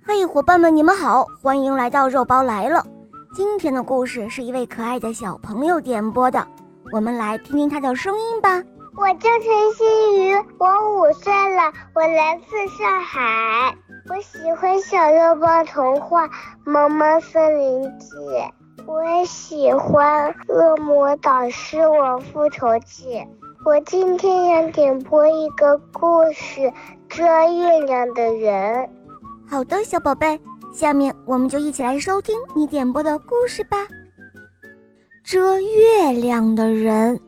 嘿，伙伴们，你们好，欢迎来到肉包来了。今天的故事是一位可爱的小朋友点播的，我们来听听他的声音吧。 我叫陈新宇，我5岁了，我来自上海。我喜欢小肉包童话《萌萌森林记》，我也喜欢《恶魔岛狮王复仇记》。我今天想点播一个故事《遮月亮的人》。 好的，小宝贝，下面我们就一起来收听你点播的故事吧。遮月亮的人。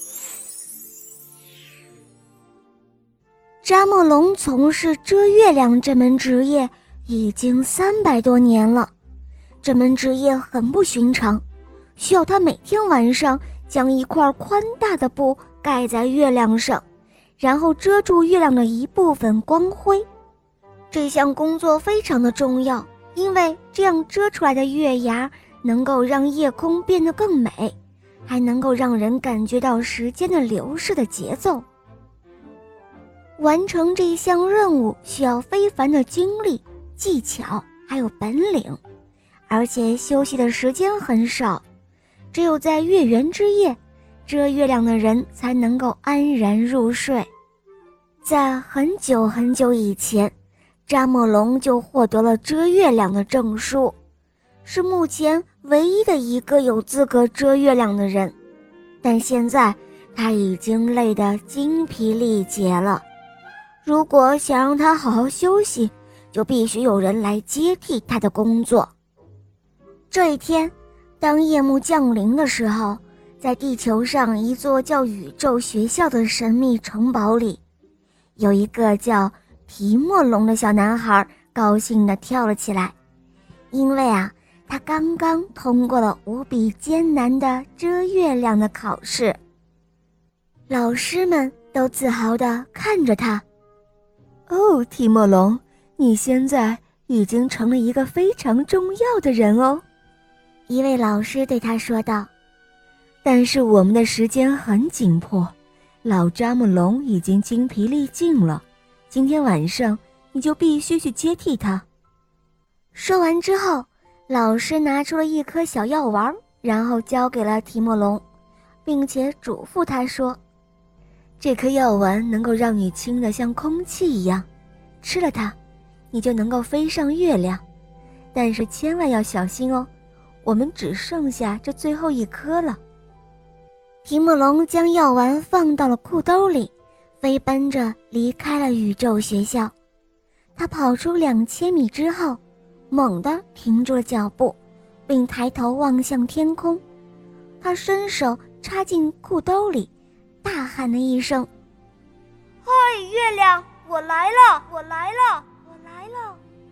扎莫龙从事遮月亮这门职业已经300多年了，这门职业很不寻常，需要他每天晚上将一块宽大的布盖在月亮上，然后遮住月亮的一部分光辉。这项工作非常的重要，因为这样遮出来的月牙能够让夜空变得更美，还能够让人感觉到时间的流逝的节奏。完成这一项任务需要非凡的精力、技巧还有本领，而且休息的时间很少，只有在月圆之夜，遮月亮的人才能够安然入睡。在很久很久以前，扎莫龙就获得了遮月亮的证书，是目前唯一的一个有资格遮月亮的人。但现在他已经累得精疲力竭了，如果想让他好好休息，就必须有人来接替他的工作。这一天，当夜幕降临的时候，在地球上一座叫宇宙学校的神秘城堡里，有一个叫提莫龙的小男孩高兴地跳了起来，因为他刚刚通过了无比艰难的遮月亮的考试。老师们都自豪地看着他。 哦，提莫龙，你现在已经成了一个非常重要的人哦。 一位老师对他说道。 但是我们的时间很紧迫，老扎木龙已经精疲力尽了，今天晚上你就必须去接替他。 说完之后，老师拿出了一颗小药丸，然后交给了提莫龙，并且嘱咐他说， 这颗药丸能够让你轻得像空气一样，吃了它，你就能够飞上月亮。但是千万要小心哦，我们只剩下这最后一颗了。 提莫龙将药丸放到了裤兜里，飞奔着离开了宇宙学校。他跑出2000米之后，猛地停住了脚步，并抬头望向天空。他伸手插进裤兜里，大喊了一声：嗨，月亮，我来了，我来了，我来了。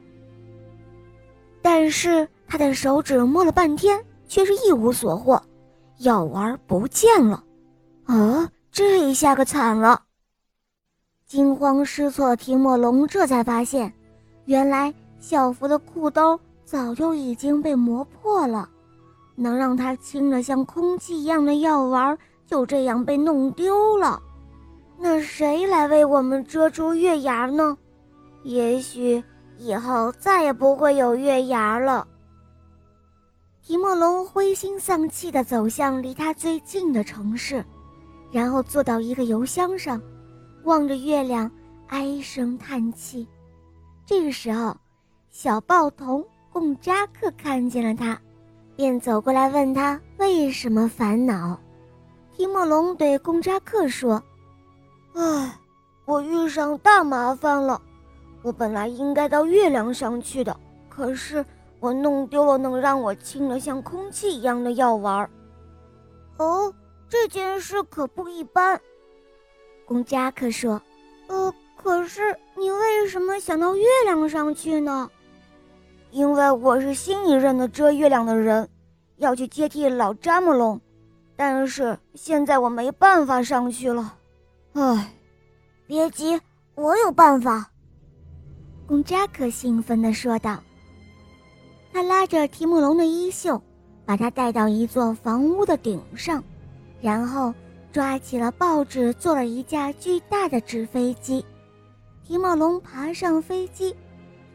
但是他的手指摸了半天，却是一无所获，药丸不见了。这一下可惨了。惊慌失措的提莫龙这才发现，原来校服的裤兜早就已经被磨破了，能让他轻得像空气一样的药丸就这样被弄丢了。那谁来为我们遮住月牙呢？也许以后再也不会有月牙了。提莫龙灰心丧气地走向离他最近的城市，然后坐到一个油箱上，望着月亮唉声叹气。这个时候，小报童贡扎克看见了他，便走过来问他为什么烦恼。提莫龙对贡扎克说，我遇上大麻烦了，我本来应该到月亮上去的，可是我弄丢了能让我轻得像空气一样的药丸。这件事可不一般。贡扎克说，可是你为什么想到月亮上去呢？因为我是新一任的遮月亮的人，要去接替老扎木龙，但是现在我没办法上去了。别急，我有办法。贡扎克兴奋地说道。他拉着提莫龙的衣袖，把他带到一座房屋的顶上，然后抓起了报纸，做了一架巨大的纸飞机。提莫龙爬上飞机，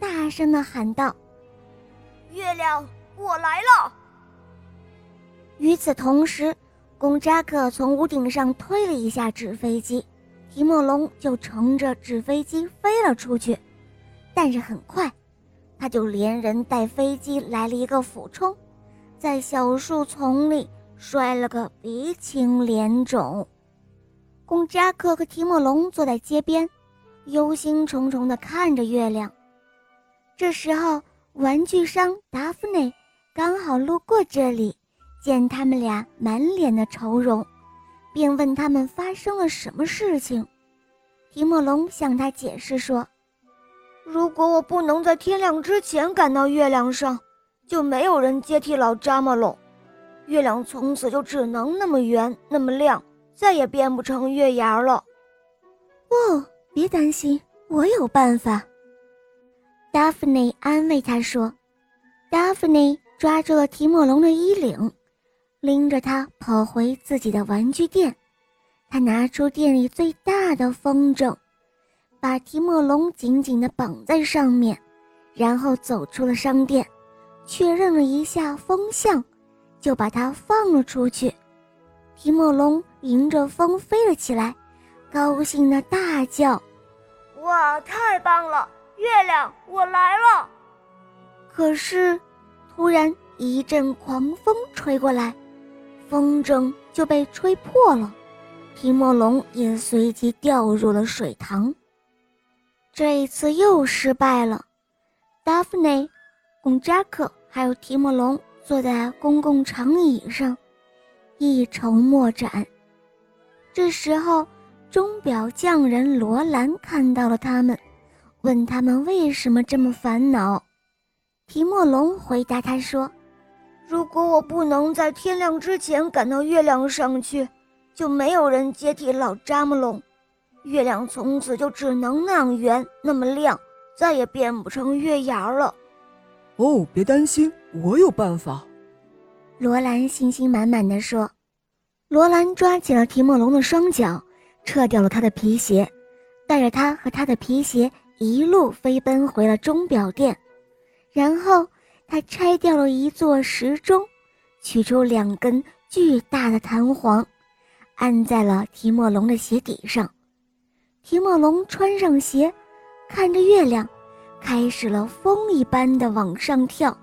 大声地喊道：“ 月亮，我来了！” 与此同时，公扎克从屋顶上推了一下纸飞机，提莫龙就乘着纸飞机飞了出去。但是很快，他就连人带飞机来了一个俯冲，在小树丛里摔了个鼻青脸肿。公扎克和提莫龙坐在街边，忧心忡忡地看着月亮。这时候，玩具商达芙内刚好路过这里，见他们俩满脸的愁容，便问他们发生了什么事情。提莫龙向他解释说：“如果我不能在天亮之前赶到月亮上，就没有人接替老扎莫龙，月亮从此就只能那么圆那么亮，再也变不成月牙了。”“哦，别担心，我有办法。”达芙内安慰他说。达芙内抓住了提莫龙的衣领，拎着他跑回自己的玩具店。他拿出店里最大的风筝，把提莫龙紧紧地绑在上面，然后走出了商店，确认了一下风向，就把它放了出去。提莫龙迎着风飞了起来，高兴地大叫：“ 哇，太棒了！月亮，我来了！” 可是，突然一阵狂风吹过来，风筝就被吹破了，提莫龙也随即掉入了水塘。这一次又失败了。达芙内、贡扎克还有提莫龙坐在公共长椅上，一筹莫展。这时候，钟表匠人罗兰看到了他们，问他们为什么这么烦恼。提莫龙回答他说：“如果我不能在天亮之前赶到月亮上去，就没有人接替老扎莫龙，月亮从此就只能那样圆那么亮，再也变不成月牙了。”“ 哦，别担心，我有办法。” 罗兰信心满满地说。罗兰抓起了提莫龙的双脚，撤掉了他的皮鞋，带着他和他的皮鞋一路飞奔回了钟表店。然后他拆掉了一座时钟，取出2根巨大的弹簧，安在了提莫龙的鞋底上。提莫龙穿上鞋，看着月亮，开始了风一般的往上跳。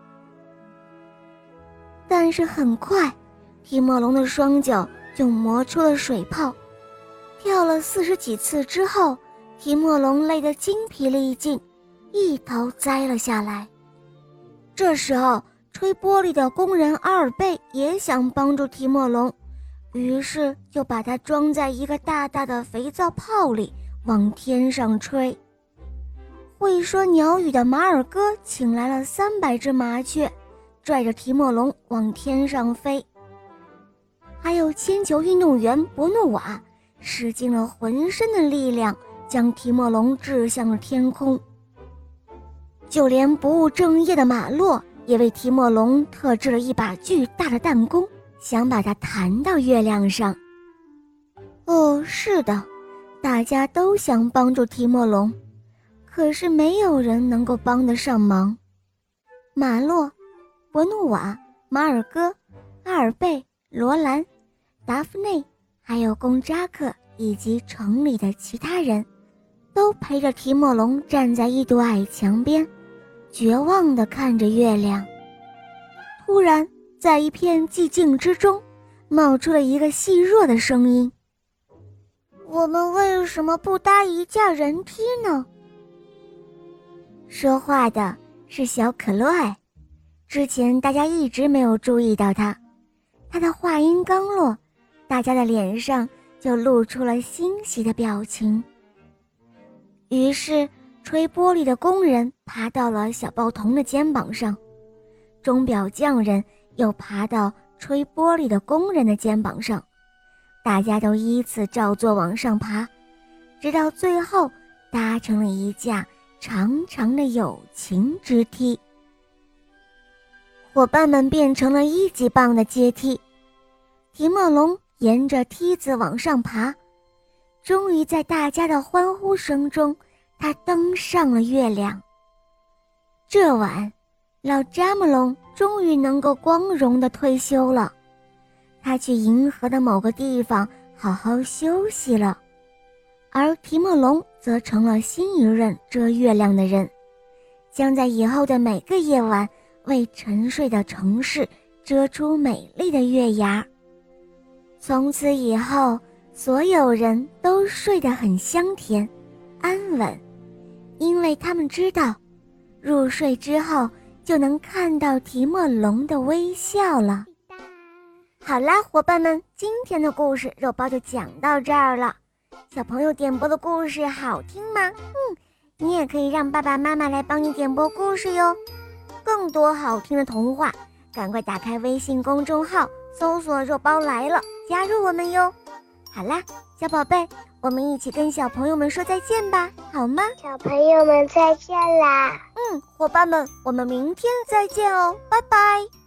但是很快，提莫龙的双脚就磨出了水泡。跳了40几次之后，提莫龙累得精疲力尽，一头栽了下来。这时候，吹玻璃的工人阿尔贝也想帮助提莫龙，于是就把它装在一个大大的肥皂泡里，往天上吹。会说鸟语的马尔哥请来了300只麻雀，拽着提莫龙往天上飞。还有铅球运动员博诺瓦使尽了浑身的力量，将提莫龙掷向了天空。就连不务正业的马洛也为提莫龙特制了一把巨大的弹弓，想把它弹到月亮上。哦，是的，大家都想帮助提莫龙，可是没有人能够帮得上忙。马洛、博努瓦、马尔戈、阿尔贝、罗兰、达芙内，还有贡扎克以及城里的其他人，都陪着提莫龙站在一堵矮墙边，绝望地看着月亮。突然，在一片寂静之中，冒出了一个细弱的声音：“我们为什么不搭一架人梯呢？”说话的是小可洛艾，之前大家一直没有注意到他。他的话音刚落，大家的脸上就露出了欣喜的表情。于是吹玻璃的工人爬到了小报童的肩膀上，钟表匠人又爬到吹玻璃的工人的肩膀上，大家都依次照做往上爬，直到最后搭成了一架长长的友情之梯。伙伴们变成了1级棒的阶梯，提莫龙沿着梯子往上爬，终于在大家的欢呼声中，他登上了月亮。 这晚，老扎姆龙终于能够光荣地退休了。他去银河的某个地方好好休息了，而提莫龙则成了新一任遮月亮的人，将在以后的每个夜晚为沉睡的城市遮出美丽的月牙。从此以后，所有人都睡得很香甜安稳，因为他们知道入睡之后就能看到提莫龙的微笑了。好啦，伙伴们，今天的故事肉包就讲到这儿了。小朋友点播的故事好听吗？你也可以让爸爸妈妈来帮你点播故事哟。更多好听的童话，赶快打开微信公众号，搜索肉包来了，加入我们哟。好啦，小宝贝，我们一起跟小朋友们说再见吧，好吗？ 小朋友们再见啦！ 伙伴们，我们明天再见哦，拜拜。